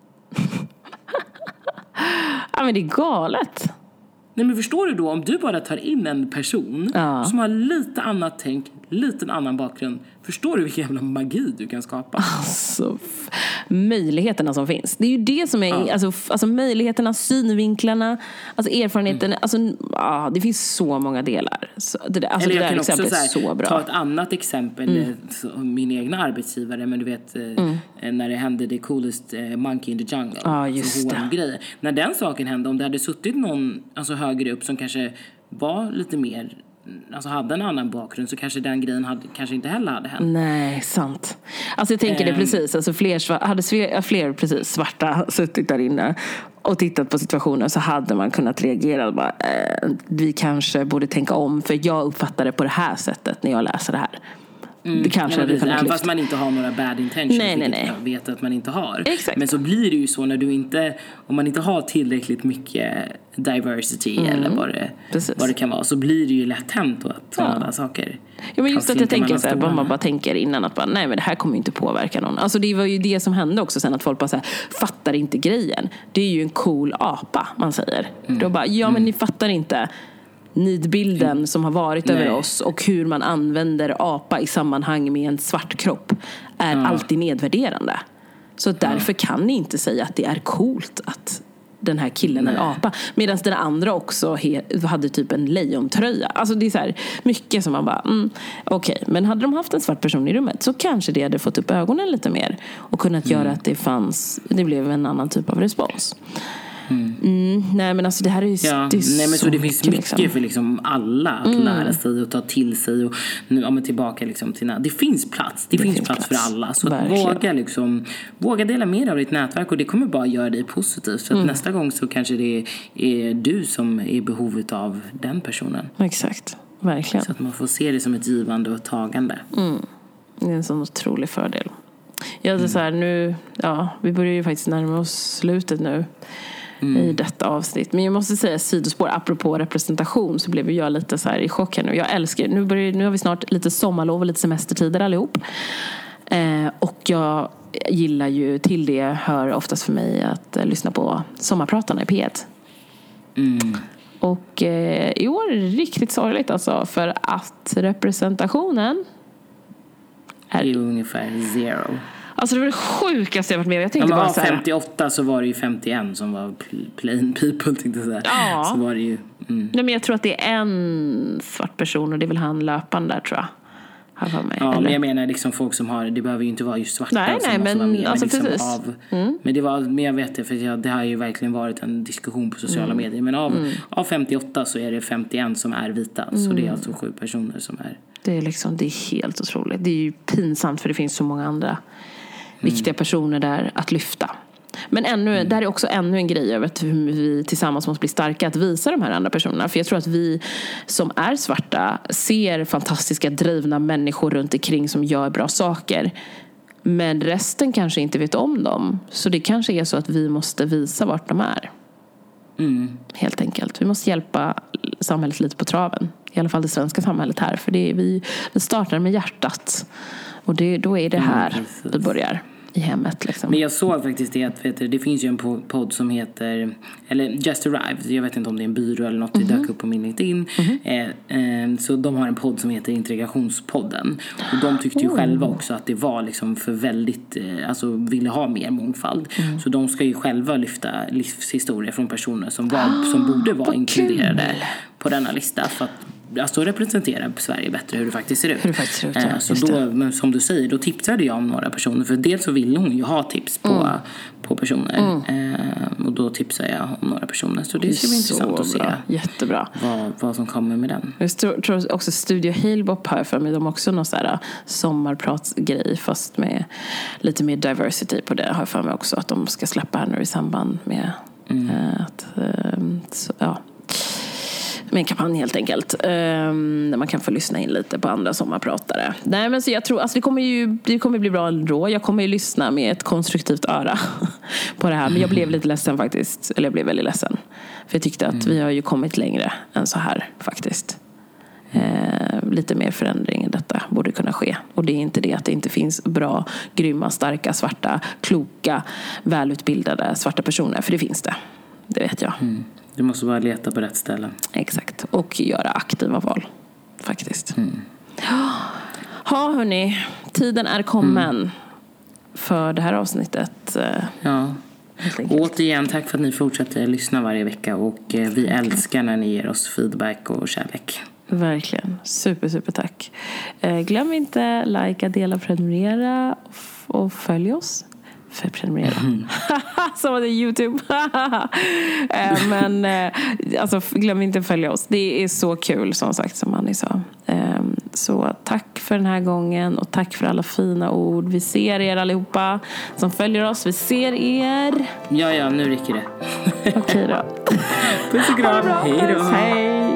Ja, men det är galet. Nej, men förstår du då, om du bara tar in en person ja. som har lite annat tänk, lite annan bakgrund, förstår du vilken jävla magi du kan skapa? Alltså, f- möjligheterna som finns. Det är ju det som är, ja. alltså, f- alltså möjligheterna, synvinklarna, alltså erfarenheten, mm. alltså, ja, det finns så många delar. Så, det där, alltså, Eller jag det där kan också så, här, så bra. ta ett annat exempel, mm. så, min egna arbetsgivare, men du vet, mm. när det hände The Coolest Monkey in the Jungle, ja, just det. Grejer. När den saken hände, om det hade suttit någon alltså, högre upp som kanske var lite mer, alltså hade en annan bakgrund, så kanske den grejen hade, kanske inte heller hade hänt. Nej, sant. Alltså jag tänker um, det precis, alltså fler, hade fler, fler precis svarta suttit där inne och tittat på situationen, så hade man kunnat reagera och bara, eh, vi kanske borde tänka om, för jag uppfattar det på det här sättet när jag läser det här. Mm. Det kanske ja, är även fast man inte har några bad intentions, nej, nej, nej. Jag vet att man inte har. Exakt. Men så blir det ju så när du inte, om man inte har tillräckligt mycket diversity mm. eller vad det, vad det kan vara, så blir det ju lätt hänt att sådana ja. saker. Ja, men just att jag tänker så här, vad man bara tänker innan att bara, nej men det här kommer ju inte påverka någon. Alltså det var ju det som hände också sen, att folk bara så här, fattar inte grejen. Det är ju en cool apa, man säger. Mm. Då bara, ja men mm. ni fattar inte. nidbilden som har varit Nej. över oss och hur man använder apa i sammanhang med en svart kropp är Ja. alltid nedvärderande. Så därför ja. kan ni inte säga att det är coolt att den här killen Nej. är en apa. Medan den andra också he- hade typ en lejontröja. Alltså det är så här mycket som man bara, mm, okej. Okay. Men hade de haft en svart person i rummet så kanske det hade fått upp ögonen lite mer. Och kunnat mm. göra att det fanns, det blev en annan typ av respons. Mm. Mm, nej men alltså det här är ju ja, det är nej, men så, så det finns mycket liksom. för liksom alla att mm. lära sig och ta till sig och nu ja, men tillbaka liksom till det finns plats det, det finns, finns plats, plats för alla så att våga liksom våga dela med dig av ditt nätverk och det kommer bara göra dig positivt så att mm. nästa gång så kanske det är du som är i behovet av den personen. Exakt, verkligen. Så att man får se det som ett givande och ett tagande. Mm. Det är en sån otrolig fördel. Jag hade mm. så här nu ja vi börjar ju faktiskt närma oss slutet nu. Mm. i detta avsnitt. Men jag måste säga sidospår, apropå representation så blev jag lite så här i chock här nu. Jag älskar, nu, börjar, nu har vi snart lite sommarlov och lite semestertider allihop. Eh, och jag gillar ju till det hör oftast för mig att eh, lyssna på sommarpratarna i P ett. Mm. Och eh, i år är det riktigt sorgligt alltså för att representationen är, är ungefär zero. Alltså det var det sjukaste jag varit med. Jag tänkte ja, bara så här, femtioåtta så var det ju femtioen som var plain people tänkte jag säga. Ja. Så var det ju mm. Nej men jag tror att det är en svart person och det är väl han löparen där tror jag. Här för mig. Ja, eller? men jag menar liksom folk som har det behöver ju inte vara just svarta nej, som nej, men, vara med, alltså, men liksom precis. av mm. men det var men jag vet det för jag, det har ju verkligen varit en diskussion på sociala mm. medier men av mm. av femtioåtta så är det femtioen som är vita mm. så det är alltså sju personer som är. Det är liksom det är helt otroligt. Det är ju pinsamt för det finns så många andra viktiga personer där att lyfta. Men ännu, mm. där är också ännu en grej över att vi tillsammans måste bli starka att visa de här andra personerna. För jag tror att vi som är svarta ser fantastiska drivna människor runt omkring som gör bra saker. Men resten kanske inte vet om dem. Så det kanske är så att vi måste visa vart de är. Mm. Helt enkelt. Vi måste hjälpa samhället lite på traven. I alla fall det svenska samhället här. För det är, vi, vi startar med hjärtat. Och det, då är det här mm, vi börjar i hemmet liksom. Men jag såg faktiskt det att vet du, det finns ju en podd som heter eller Just Arrived, jag vet inte om det är en byrå eller något, mm-hmm. det dök upp på min LinkedIn mm-hmm. eh, eh, så de har en podd som heter Integrationspodden och de tyckte ju oh. själva också att det var liksom för väldigt eh, alltså ville ha mer mångfald mm. så de ska ju själva lyfta livshistorier från personer som, var, ah, som borde vara inkluderade kul. På denna lista för att alltså representera Sverige bättre hur det faktiskt ser ut. Hur det faktiskt ser ut, ja. eh, så då, men som du säger, då tipsade jag om några personer. För dels så ville hon ju ha tips på, mm. på personer. Mm. Eh, och då tipsade jag om några personer. Så det ska bli intressant att se. Jättebra. Vad, vad som kommer med den. Jag tror, tror också Studio Halebop har för mig. De har också någon sån här sommarpratsgrej fast med lite mer diversity på det. Har för mig också att de ska släppa här nu i samband med mm. eh, att eh, så, ja med en kampanj helt enkelt. Um, där man kan få lyssna in lite på andra sommarpratare. Nej men så jag tror, alltså det kommer ju det kommer bli bra ändå. Jag kommer ju lyssna med ett konstruktivt öra på det här. Men jag blev lite ledsen faktiskt. Eller jag blev väldigt ledsen. För jag tyckte att mm. vi har ju kommit längre än så här faktiskt. Uh, lite mer förändring än detta borde kunna ske. Och det är inte det att det inte finns bra, grymma, starka, svarta, kloka, välutbildade svarta personer. För det finns det. Det vet jag. Mm. Du måste bara leta på rätt ställe. Exakt. Och göra aktiva val. Faktiskt. Mm. Ja, hörni. Tiden är kommen mm. för det här avsnittet. Ja. Återigen, tack för att ni fortsätter lyssna varje vecka. Och vi älskar när ni ger oss feedback och kärlek. Verkligen. Super, super tack. Glöm inte likea, dela, prenumerera och följ oss. För prenumerera. Mm. Som var det YouTube. Men alltså, glöm inte att följa oss. Det är så kul som sagt som Annie sa. Så tack för den här gången. Och tack för alla fina ord. Vi ser er allihopa som följer oss. Vi ser er. Ja, ja, nu räcker det. Okej då. Puss och kram. Hej då. Hej.